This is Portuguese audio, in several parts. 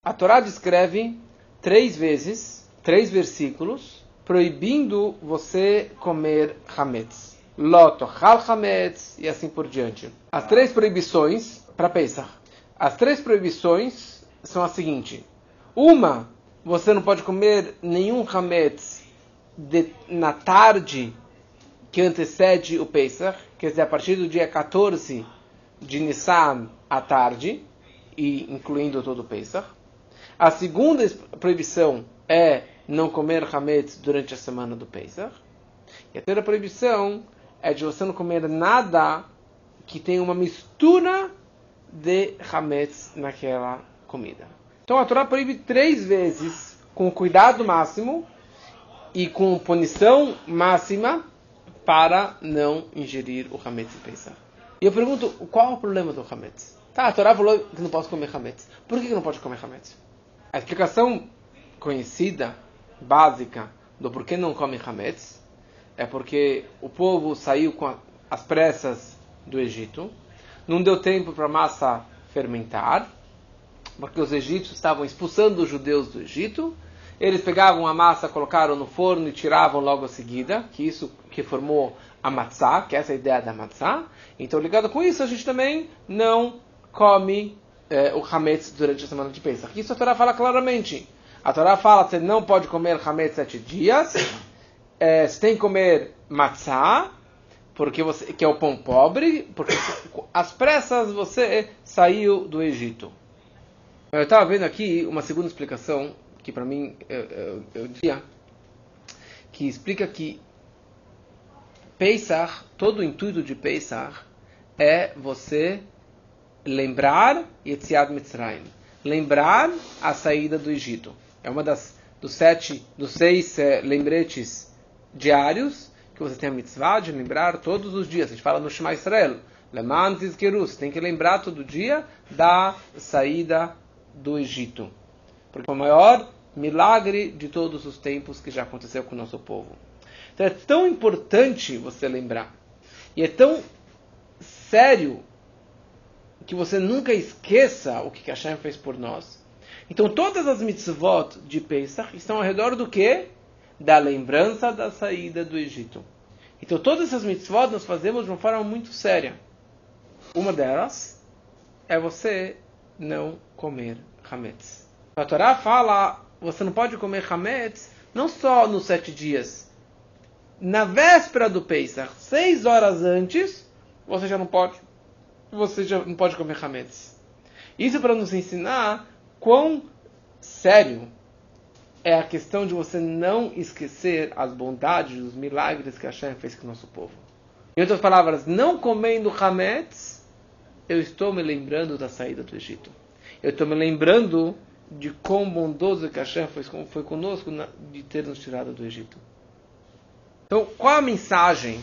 A Torá descreve 3 vezes, 3 versículos, proibindo você comer hametz. Lo tochal hametz e assim por diante. As 3 proibições para Pesach. As 3 proibições são as seguintes. Uma, você não pode comer nenhum hametz na tarde que antecede o Pesach, quer dizer, a partir do dia 14 de Nissan à tarde, e incluindo todo o Pesach. A segunda proibição é não comer hametz durante a semana do Pesach. E a terceira proibição é de você não comer nada que tenha uma mistura de hametz naquela comida. Então a Torá proíbe 3 vezes, com cuidado máximo e com punição máxima, para não ingerir o hametz em Pesach. E eu pergunto, qual é o problema do hametz? Tá, a Torá falou que não posso comer hametz. Por que não pode comer hametz? A explicação conhecida, básica, do porquê não come hametz, é porque o povo saiu com as pressas do Egito, não deu tempo para a massa fermentar, porque os egípcios estavam expulsando os judeus do Egito. Eles pegavam a massa, colocaram no forno e tiravam logo a seguida, que isso que formou a matzá, que é essa ideia da matzá. Então, ligado com isso, a gente também não come o hametz durante a semana de Pesach. Isso a Torá fala claramente. A Torá fala que você não pode comer hametz 7 dias, você tem que comer matzá, que é o pão pobre, porque às pressas você saiu do Egito. Eu estava vendo aqui uma segunda explicação, que para mim, eu diria, que explica que Pesach, todo o intuito de Pesach é você lembrar Yetziat Mitzrayim, lembrar a saída do Egito. É uma dos 6 lembretes diários que você tem a mitzvah de lembrar todos os dias. A gente fala no Shema Israel, Leman Tizkeru, você tem que lembrar todo dia da saída do Egito. Porque é o maior milagre de todos os tempos que já aconteceu com o nosso povo. Então é tão importante você lembrar. E é tão sério que você nunca esqueça o que Hashem fez por nós. Então todas as mitzvot de Pesach estão ao redor do quê? Da lembrança da saída do Egito. Então todas essas mitzvot nós fazemos de uma forma muito séria. Uma delas é você não comer hametz. A Torá fala, você não pode comer hametz não só nos 7 dias. Na véspera do Pesach, 6 horas antes, você já não pode comer hametz. Isso para nos ensinar quão sério é a questão de você não esquecer as bondades, os milagres que Hashem fez com o nosso povo. Em outras palavras, não comendo hametz, eu estou me lembrando da saída do Egito. Eu estou me lembrando de quão bondoso que Hashem foi conosco de ter nos tirado do Egito. Então, qual é a mensagem?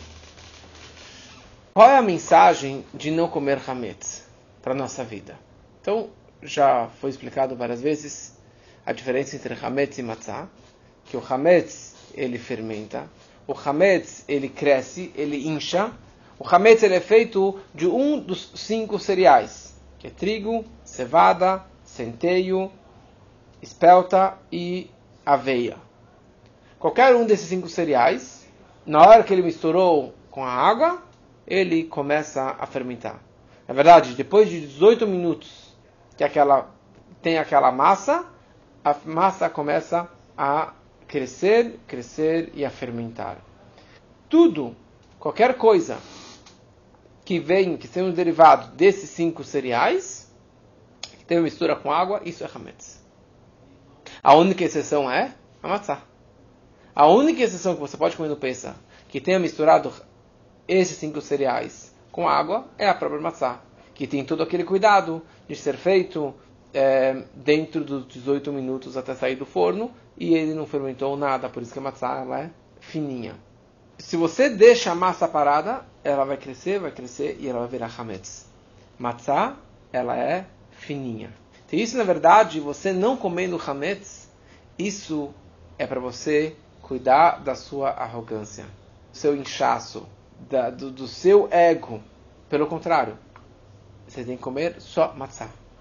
Qual é a mensagem de não comer hametz para a nossa vida? Então, já foi explicado várias vezes a diferença entre hametz e matzá, que o hametz ele fermenta, o hametz ele cresce, ele incha. O hametz ele é feito de um dos 5 cereais, que é trigo, cevada, centeio, espelta e aveia. Qualquer um desses 5 cereais, na hora que ele misturou com a água, ele começa a fermentar. Na verdade, depois de 18 minutos que tem aquela massa, a massa começa a crescer e a fermentar. Tudo, qualquer coisa que seja um derivado desses 5 cereais, que tem uma mistura com água, isso é hametz. A única exceção é a matzá. A única exceção que você pode comer no Pesach, que tenha misturado esses 5 cereais com água, é a própria matzá, que tem todo aquele cuidado de ser feito dentro dos 18 minutos até sair do forno, e ele não fermentou nada, por isso que a matzá ela é fininha. Se você deixa a massa parada, ela vai crescer e ela vai virar hametz. Matzá, ela é fininha. Então isso, na verdade, você não comendo hametz, isso é para você cuidar da sua arrogância, do seu inchaço, do seu ego. Pelo contrário, você tem que comer só matzá.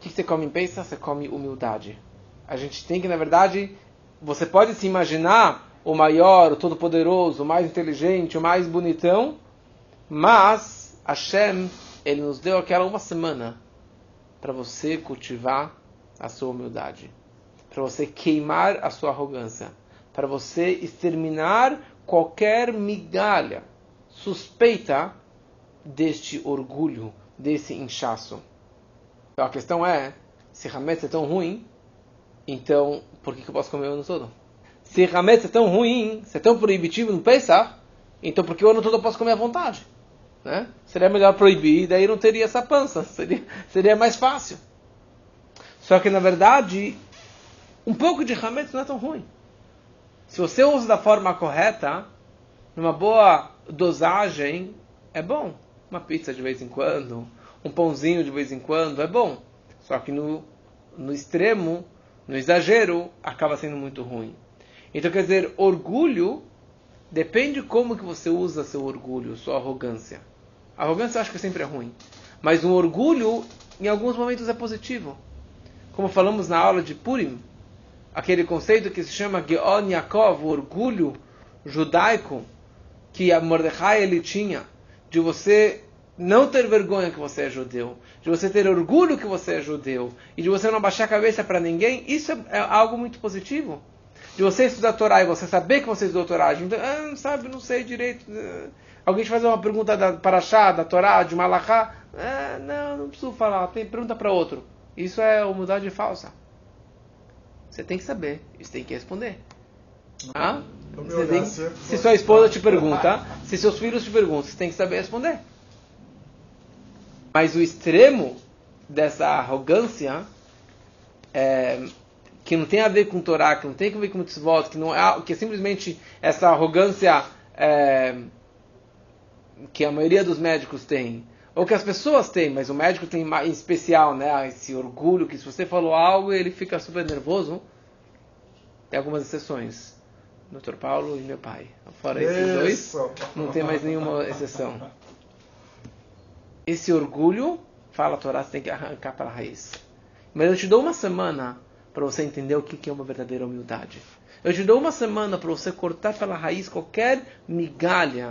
que você come em Pesach? Você come humildade. A gente tem que, na verdade, você pode se imaginar o maior, o todo-poderoso, o mais inteligente, o mais bonitão, mas Hashem, Ele nos deu aquela uma semana para você cultivar a sua humildade, para você queimar a sua arrogância, para você exterminar qualquer migalha suspeita deste orgulho, desse inchaço. Então a questão é, se Hametz é tão ruim, então por que eu posso comer o ano todo? Se Hametz é tão ruim, se é tão proibitivo no Pesach, então por que o ano todo eu posso comer à vontade? Né? Seria melhor proibir, daí não teria essa pança, seria mais fácil. Só que na verdade, um pouco de Hametz não é tão ruim. Se você usa da forma correta, numa boa dosagem, é bom. Uma pizza de vez em quando, um pãozinho de vez em quando, é bom. Só que no extremo, no exagero, acaba sendo muito ruim. Então, quer dizer, orgulho depende como que você usa seu orgulho, sua arrogância. A arrogância eu acho que sempre é ruim. Mas um orgulho, em alguns momentos, é positivo. Como falamos na aula de Purim, aquele conceito que se chama Geon Yaakov, o orgulho judaico que a Mordecai ele tinha, de você não ter vergonha que você é judeu, de você ter orgulho que você é judeu, e de você não baixar a cabeça para ninguém, isso é algo muito positivo. De você estudar a Torá e você saber que você estudou a Torá, então, não sabe, não sei direito. Alguém te fazer uma pergunta da Parashá, da Torá, de Malachá, não preciso falar, pergunta para outro. Isso é humildade falsa. Você tem que saber, você tem que responder. Se sua esposa te pergunta, se seus filhos te perguntam, você tem que saber responder. Mas o extremo dessa arrogância, que não tem a ver com Torá, que não tem a ver com mitzvot, que é simplesmente essa arrogância que a maioria dos médicos tem, ou que as pessoas têm, mas o médico tem em especial, né, esse orgulho, que se você falou algo, ele fica super nervoso. Tem algumas exceções. Dr. Paulo e meu pai. Fora esses dois, não tem mais nenhuma exceção. Esse orgulho, fala a Torá, você tem que arrancar pela raiz. Mas eu te dou uma semana para você entender o que é uma verdadeira humildade. Eu te dou uma semana para você cortar pela raiz qualquer migalha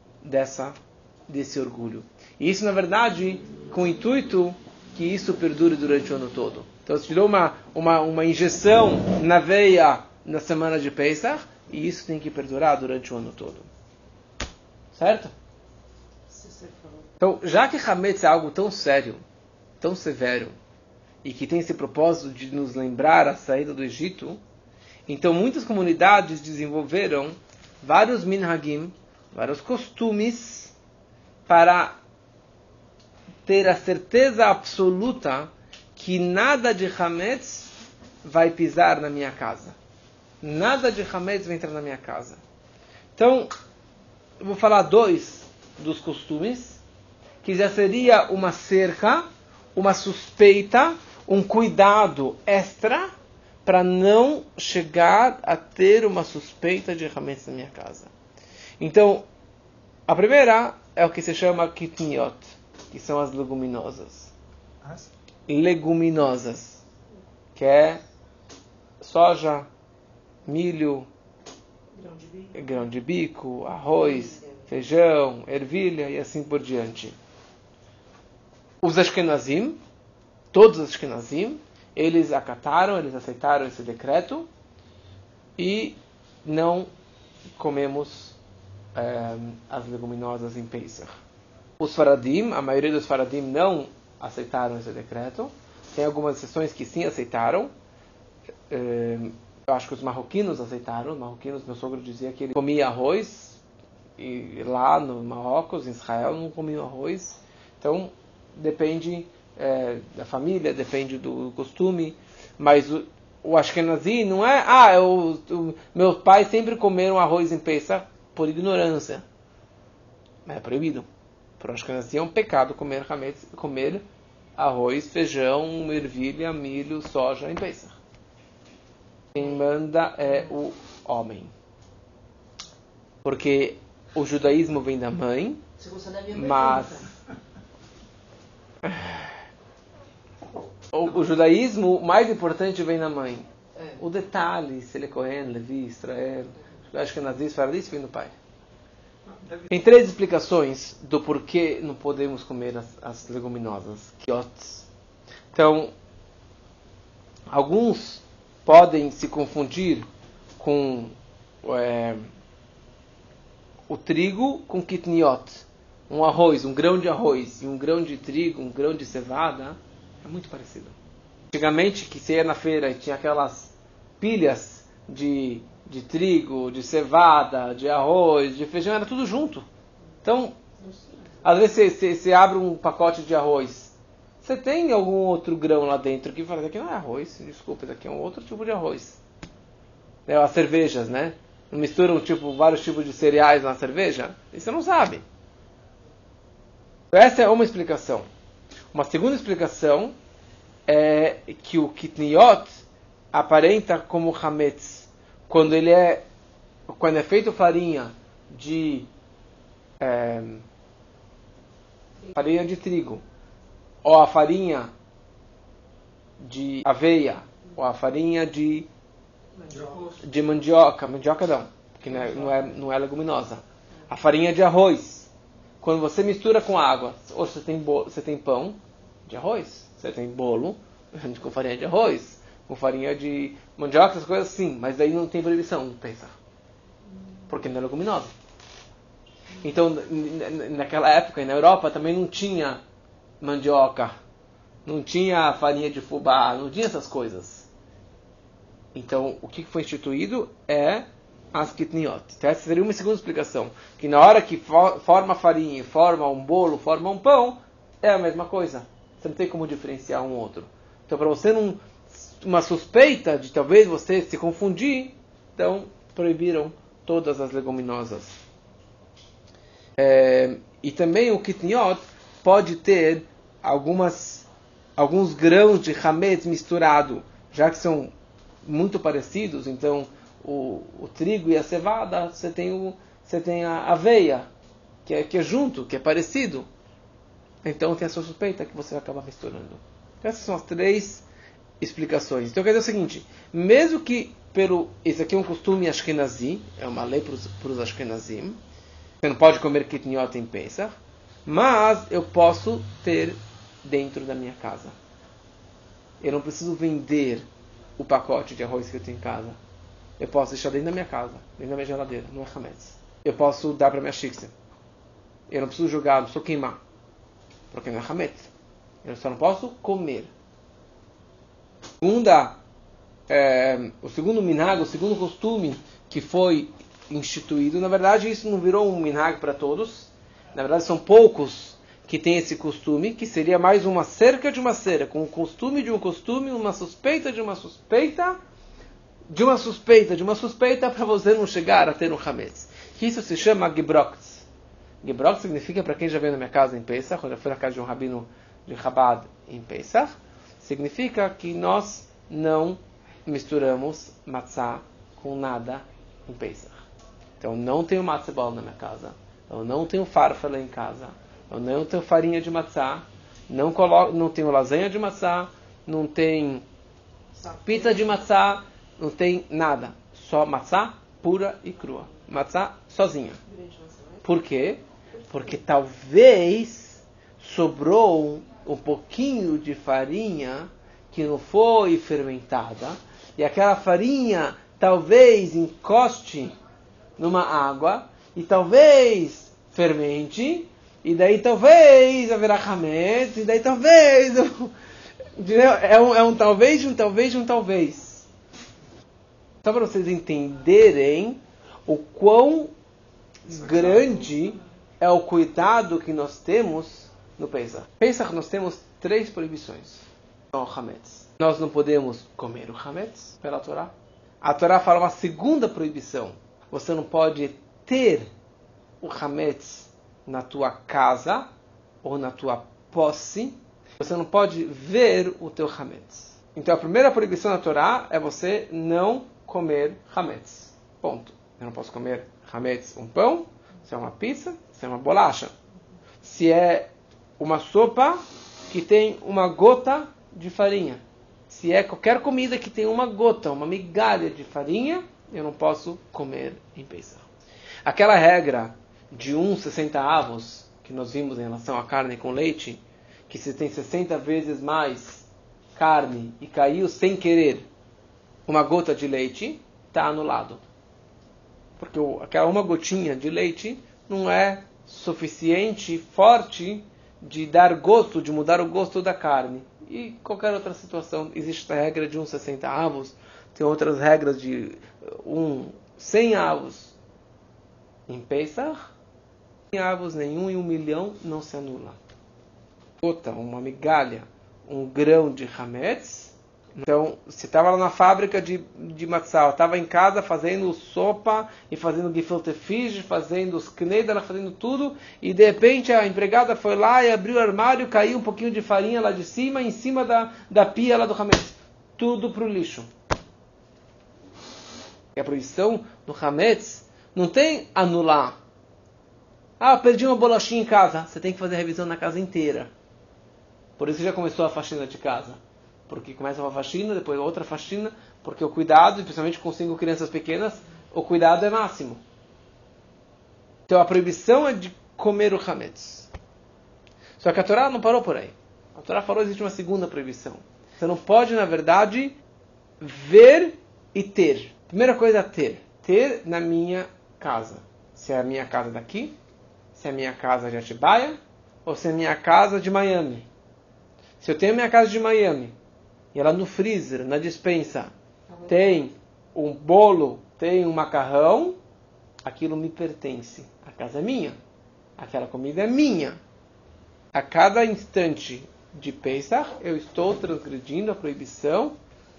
desse orgulho. E isso, na verdade, com o intuito que isso perdure durante o ano todo. Então, eu te dou uma injeção na veia na semana de Pesach, e isso tem que perdurar durante o ano todo. Certo? Então, já que Hametz é algo tão sério, tão severo, e que tem esse propósito de nos lembrar a saída do Egito, então muitas comunidades desenvolveram vários minhagim, vários costumes, para ter a certeza absoluta que nada de Hametz vai pisar na minha casa. Nada de Hametz vai entrar na minha casa. Então, eu vou falar dois dos costumes, que já seria uma cerca, uma suspeita, um cuidado extra, para não chegar a ter uma suspeita de Hametz na minha casa. Então, a primeira é o que se chama kitniot, que são as leguminosas. Leguminosas, que é soja, milho, grão de bico, arroz, feijão, ervilha e assim por diante. Os Ashkenazim, todos os Ashkenazim, eles acataram, eles aceitaram esse decreto e não comemos as leguminosas em Pesach. Os Faradim, a maioria dos Faradim não aceitaram esse decreto. Tem algumas exceções que sim aceitaram. Eu acho que os marroquinos aceitaram. Os marroquinos, meu sogro dizia que ele comia arroz, e lá no Marrocos, em Israel, não comia arroz. Então, depende da família, depende do costume. Mas o Ashkenazi não é... meus pais sempre comeram arroz em Pesach por ignorância. Mas é proibido. Para o Ashkenazi é um pecado comer arroz, feijão, ervilha, milho, soja em Pesach. Quem manda é o homem. Porque o judaísmo vem da mãe, mas O judaísmo, o mais importante vem na mãe. O detalhe, se ele é Cohen, Levi, Israel, acho que Nazis, Faradis, vem do pai. Tem 3 explicações do porquê não podemos comer as leguminosas, quiotes. Então, alguns podem se confundir com o trigo com kitniot. Um arroz, um grão de arroz e um grão de trigo, um grão de cevada, é muito parecido. Antigamente, que você ia na feira e tinha aquelas pilhas de trigo, de cevada, de arroz, de feijão, era tudo junto. Então, às vezes você abre um pacote de arroz, você tem algum outro grão lá dentro que fala, isso aqui não é arroz, desculpa, isso aqui é um outro tipo de arroz. As cervejas, né? Não misturam vários tipos de cereais na cerveja? Isso você não sabe. Essa é uma explicação. Uma segunda explicação é que o kitniot aparenta como hametz quando é feito farinha de trigo, ou a farinha de aveia, ou a farinha de mandioca não, porque não é leguminosa. A farinha de arroz. Quando você mistura com água, ou você tem pão de arroz, você tem bolo com farinha de arroz, com farinha de mandioca, essas coisas assim, mas daí não tem proibição no Pesach, porque não é leguminosa. Então, naquela época, na Europa, também não tinha mandioca, não tinha farinha de fubá, não tinha essas coisas. Então, o que foi instituído é as kitniot. Então, essa seria uma segunda explicação. Que na hora que forma farinha, forma um bolo, forma um pão, é a mesma coisa. Você não tem como diferenciar um outro. Então, para você não... Uma suspeita de talvez você se confundir, então proibiram todas as leguminosas. E também o kitniot pode ter alguns grãos de hametz misturado, já que são muito parecidos. Então, o trigo e a cevada, você tem a aveia, que é junto, que é parecido. Então tem a sua suspeita que você vai acabar misturando. Então, essas são as 3 explicações. Então quer dizer o seguinte, mesmo que esse aqui é um costume ashkenazi, é uma lei para os ashkenazim, você não pode comer kitniot em Pesach, mas eu posso ter dentro da minha casa. Eu não preciso vender o pacote de arroz que eu tenho em casa. Eu posso deixar dentro da minha casa, dentro da minha geladeira, não é hametz. Eu posso dar para minha shiksa. Eu não preciso jogar, não preciso queimar, porque não é hametz. Eu só não posso comer. O segundo minhag, o segundo costume que foi instituído, na verdade isso não virou um minhag para todos. Na verdade são poucos que têm esse costume, que seria mais uma cerca de uma cerca, com um costume de um costume, uma suspeita de uma suspeita, de uma suspeita, de uma suspeita, para você não chegar a ter um hametz. Que isso se chama Gebrokt. Gebrokt significa, para quem já veio na minha casa em Pesach, quando eu fui na casa de um rabino de Chabad em Pesach, significa que nós não misturamos matzá com nada em Pesach. Então não tenho matzah ball na minha casa, eu não tenho farfela em casa, eu não tenho farinha de matzá, não tenho lasanha de matzá, não tem pizza de matzá, não tem nada. Só matzá pura e crua. Matzá sozinha. Por quê? Porque talvez sobrou um pouquinho de farinha que não foi fermentada, e aquela farinha talvez encoste numa água, e talvez fermente, e daí talvez haverá hametz, e daí talvez... É um talvez, de um talvez, de um talvez. Só para vocês entenderem o quão grande é o cuidado que nós temos no Pesach. Pesach nós temos 3 proibições. O hametz. Nós não podemos comer o hametz pela Torá. A Torá fala uma segunda proibição. Você não pode ter o hametz na tua casa ou na tua posse. Você não pode ver o teu hametz. Então a primeira proibição da Torá é você não comer hametz. Ponto. Eu não posso comer hametz um pão, se é uma pizza, se é uma bolacha. Se é uma sopa que tem uma gota de farinha. Se é qualquer comida que tem uma gota, uma migalha de farinha, eu não posso comer em Pesach. Aquela regra de 60 avos, que nós vimos em relação à carne com leite, que se tem 60 vezes mais carne e caiu sem querer uma gota de leite, está anulado. Porque aquela uma gotinha de leite não é suficiente, forte, de dar gosto, de mudar o gosto da carne. E qualquer outra situação, existe a regra de 60 avos, tem outras regras de 100 avos. Em Pesach, 100 avos nenhum e 1 milhão não se anula. Outra, uma migalha, um grão de hametz. Então, se estava lá na fábrica de matzah, estava em casa fazendo sopa e fazendo gefilte fish, fazendo os knedler, fazendo tudo, e de repente a empregada foi lá e abriu o armário, caiu um pouquinho de farinha lá de cima, em cima da pia lá do hametz. Tudo para o lixo. E a proibição do hametz não tem anular. Perdi uma bolachinha em casa. Você tem que fazer a revisão na casa inteira. Por isso já começou a faxina de casa. Porque começa uma faxina, depois outra faxina, porque o cuidado, especialmente com 5 crianças pequenas, o cuidado é máximo. Então a proibição é de comer o hametz. Só que a Torá não parou por aí. A Torá falou que existe uma segunda proibição. Você não pode, na verdade, ver e ter. Primeira coisa é ter. Ter na minha casa. Se é a minha casa daqui, se é a minha casa de Atibaia, ou se é a minha casa de Miami. Se eu tenho a minha casa de Miami, e ela no freezer, na despensa, tem um bolo, tem um macarrão, aquilo me pertence. A casa é minha. Aquela comida é minha. A cada instante de Pesach, eu estou transgredindo a proibição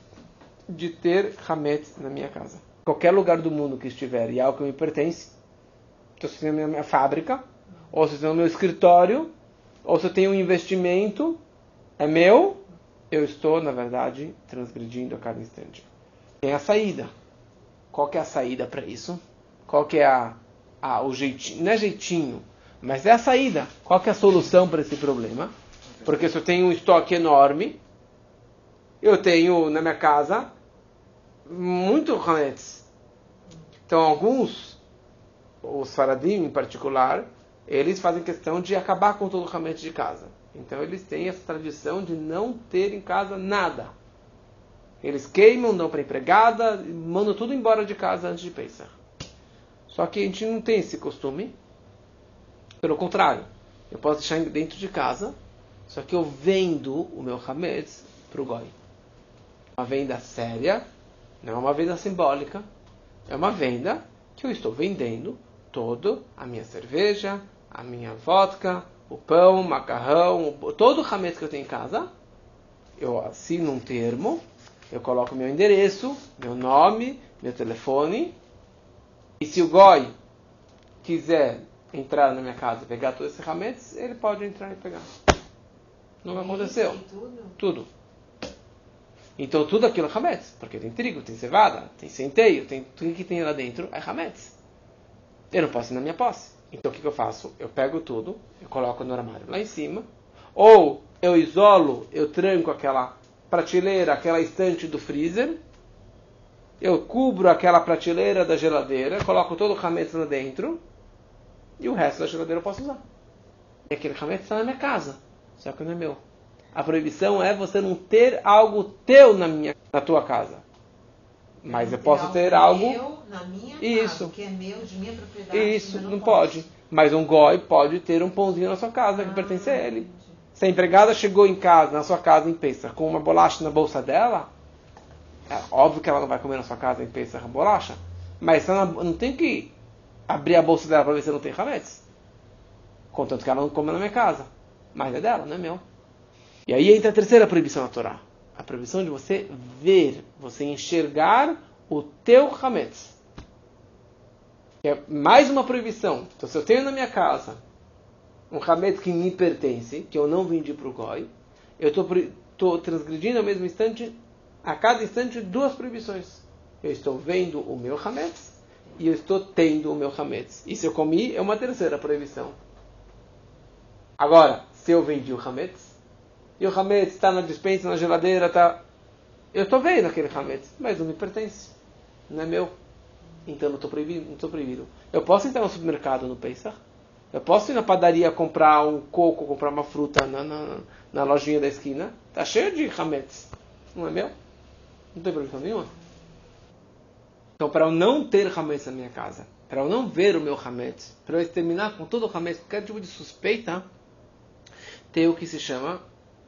de ter hametz na minha casa. Qualquer lugar do mundo que estiver e é algo que me pertence, então, se eu tenho a minha fábrica, ou se eu tenho o meu escritório, ou se eu tenho um investimento, é meu, eu estou, na verdade, transgredindo a cada instante. Tem a saída. Qual que é a saída para isso? Qual que é o jeitinho? Não é jeitinho, mas é a saída. Qual que é a solução para esse problema? Porque se eu tenho um estoque enorme, eu tenho na minha casa muito hametz. Então, alguns, os faradim em particular, eles fazem questão de acabar com todo o hametz de casa. Então eles têm essa tradição de não ter em casa nada. Eles queimam, dão para empregada, mandam tudo embora de casa antes de Pesach. Só que a gente não tem esse costume. Pelo contrário, eu posso deixar dentro de casa, só que eu vendo o meu hametz para o goi. Uma venda séria, não é uma venda simbólica, é uma venda que eu estou vendendo toda a minha cerveja, a minha vodka, o pão, o macarrão, todo o hametz que eu tenho em casa. Eu assino um termo, eu coloco meu endereço, meu nome, meu telefone. E se o goi quiser entrar na minha casa e pegar todo esse hametz, ele pode entrar e pegar. Não aconteceu. Tudo. Então tudo aquilo é hametz, porque tem trigo, tem cevada, tem centeio, tem tudo que tem lá dentro é hametz. Eu não posso ir na minha posse. Então o que eu faço? Eu pego tudo, eu coloco no armário lá em cima, ou eu isolo, eu tranco aquela prateleira, aquela estante do freezer, eu cubro aquela prateleira da geladeira, coloco todo o hametz lá dentro, e o resto da geladeira eu posso usar. E aquele hametz está na minha casa, só que não é meu. A proibição é você não ter algo teu na tua casa. Mas eu posso ter algo meu, na minha isso, casa, que é meu, de minha propriedade. Isso, não pode. Mas um goi pode ter um pãozinho na sua casa que pertence a ele. Entendi. Se a empregada chegou em casa, na sua casa em Pesach, com uma bolacha na bolsa dela, é óbvio que ela não vai comer na sua casa em Pesach a bolacha, mas ela não tem que abrir a bolsa dela para ver se não tem hametz. Contanto que ela não come na minha casa. Mas é dela, não é meu. E aí entra a terceira proibição na Torá. A proibição de você ver, você enxergar o teu hametz. É mais uma proibição. Então, se eu tenho na minha casa um hametz que me pertence, que eu não vendi para o goi, eu estou transgredindo ao mesmo instante, a cada instante, 2 proibições. Eu estou vendo o meu hametz e eu estou tendo o meu hametz. E se eu comi, é uma terceira proibição. Agora, se eu vendi o hametz, e o Hametz está na despensa, na geladeira, tá... Eu estou vendo aquele Hametz, mas não me pertence. Não é meu. Então não estou proibido, não estou proibido. Eu posso entrar no supermercado no Pesach. Eu posso ir na padaria comprar um coco, comprar uma fruta na lojinha da esquina. Está cheio de Hametz. Não é meu? Não tem problema nenhum. Então, para eu não ter Hametz na minha casa, para eu não ver o meu Hametz, para eu exterminar com todo o Hametz, qualquer tipo de suspeita, tem o que se chama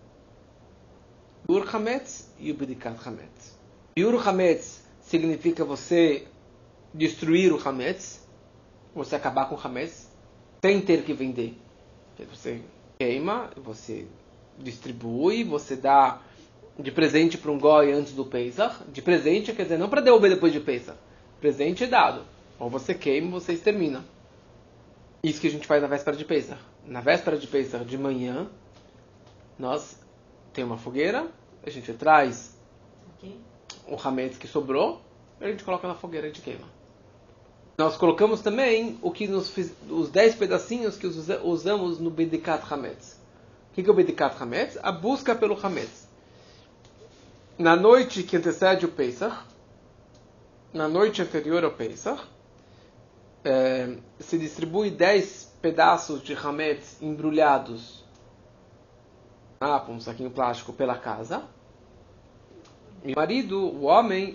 Biur Hametz e o Bedikat Hametz. Biur Hametz significa você destruir o Hametz, você acabar com o Hametz, sem ter que vender. Você queima, você distribui, você dá de presente para um goi antes do Pesach. De presente quer dizer não para devolver depois de Pesach. Presente é dado. Ou você queima, ou você extermina. Isso que a gente faz na véspera de Pesach. Na véspera de Pesach, de manhã, nós temos uma fogueira, a gente traz o Hametz que sobrou, a gente coloca na fogueira e a gente queima. Nós colocamos também os 10 pedacinhos que usamos no Bedikat Hametz. O que é o Bedikat Hametz? A busca pelo Hametz. Na noite que antecede o Pesach, na noite anterior ao Pesach, se distribui 10 pedaços de Hametz embrulhados com um saquinho plástico pela casa. E o marido, o homem,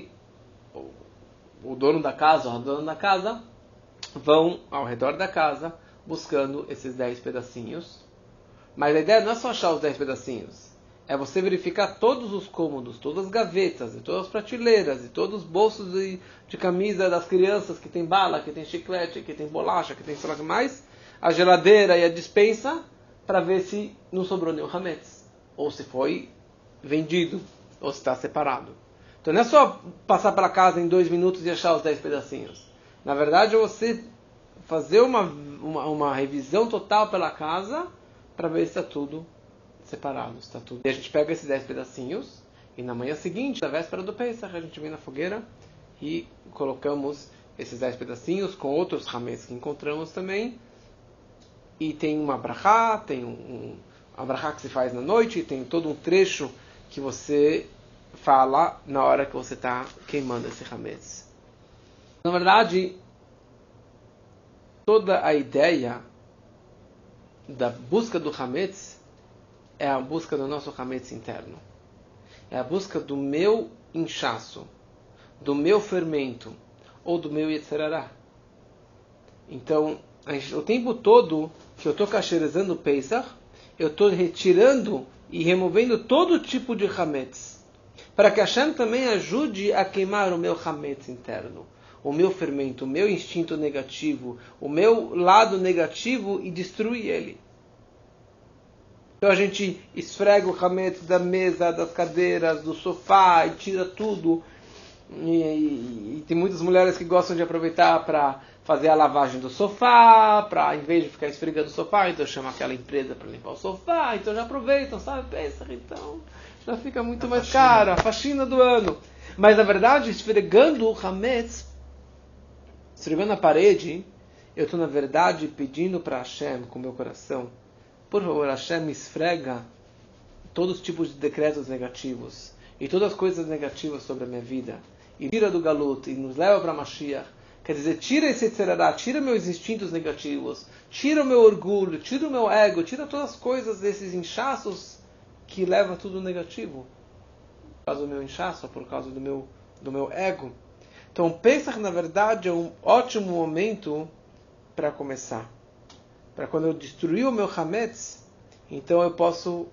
o dono da casa, ou a dona da casa, vão ao redor da casa buscando esses 10 pedacinhos. Mas a ideia não é só achar os 10 pedacinhos. É você verificar todos os cômodos, todas as gavetas, e todas as prateleiras, e todos os bolsos de camisa das crianças que tem bala, que tem chiclete, que tem bolacha, que tem sei lá o que mais, a geladeira e a despensa, para ver se não sobrou nenhum Hametz, ou se foi vendido, ou se está separado. Então não é só passar para casa em 2 minutos e achar os 10 pedacinhos. Na verdade é você fazer uma revisão total pela casa, para ver se está tudo separado, está tudo. E a gente pega esses 10 pedacinhos e na manhã seguinte, na véspera do Pesach, a gente vem na fogueira e colocamos esses 10 pedacinhos com outros Hametz que encontramos também. E tem uma brachá, tem uma brachá que se faz na noite, e tem todo um trecho que você fala na hora que você está queimando esse Hametz. Na verdade, toda a ideia da busca do Hametz é a busca do nosso Hametz interno. É a busca do meu inchaço, do meu fermento, ou do meu Yetzirará. Então, o tempo todo que eu estou kasherizando o Pesach, eu estou retirando e removendo todo tipo de Hametz. Para que Hashem também ajude a queimar o meu Hametz interno, o meu fermento, o meu instinto negativo, o meu lado negativo e destruir ele. Então a gente esfrega o Hametz da mesa, das cadeiras, do sofá e tira tudo. E tem muitas mulheres que gostam de aproveitar para fazer a lavagem do sofá, para, em vez de ficar esfregando o sofá, então chama aquela empresa para limpar o sofá, então já aproveitam, sabe? Pensa, então já fica muito mais caro, a faxina do ano. Mas na verdade, esfregando o Hametz, esfregando a parede, eu estou na verdade pedindo para Hashem, com o meu coração, por favor, Hashem, esfrega todos os tipos de decretos negativos e todas as coisas negativas sobre a minha vida, e tira do galuto e nos leva para Mashiach. Quer dizer, tira esse Yetzirará, tira meus instintos negativos, tira o meu orgulho, tira o meu ego, tira todas as coisas desses inchaços que levam tudo negativo. Por causa do meu inchaço, por causa do meu ego. Então, Pesach, na verdade, é um ótimo momento para começar. Para quando eu destruir o meu Hametz, então eu posso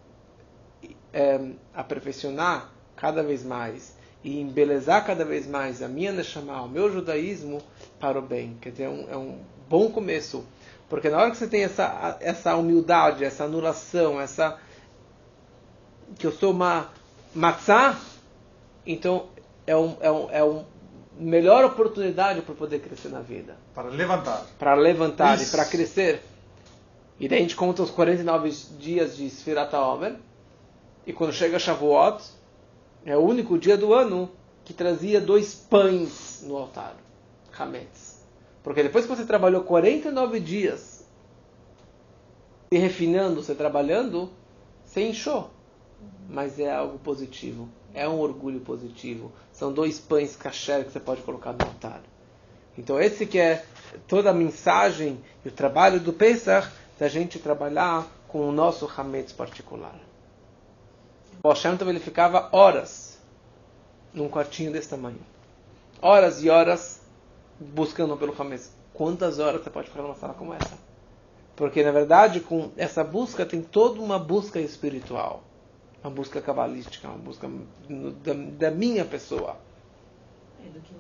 aperfeiçoar cada vez mais e embelezar cada vez mais a minha Neshama, o meu judaísmo, para o bem. Quer dizer, é um bom começo. Porque na hora que você tem essa humildade, essa anulação, que eu sou uma matzá, então é uma melhor oportunidade para poder crescer na vida. Para levantar. Para levantar Isso. E para crescer. E daí a gente conta os 49 dias de Sfirat HaOmer. E quando chega Shavuot, é o único dia do ano que trazia 2 pães no altar. Hametz. Porque depois que você trabalhou 49 dias se refinando, você trabalhando, Você inchou. Mas é algo positivo. É um orgulho positivo. São 2 pães kasher que você pode colocar no altar. Então esse que é toda a mensagem e o trabalho do Pesach, da gente trabalhar com o nosso hametz particular. O Baal Shem Tov, ele ficava horas num quartinho desse tamanho. Horas e horas buscando pelo hametz. Quantas horas você pode ficar numa sala como essa? Porque, na verdade, com essa busca tem toda uma busca espiritual. Uma busca cabalística, uma busca da minha pessoa.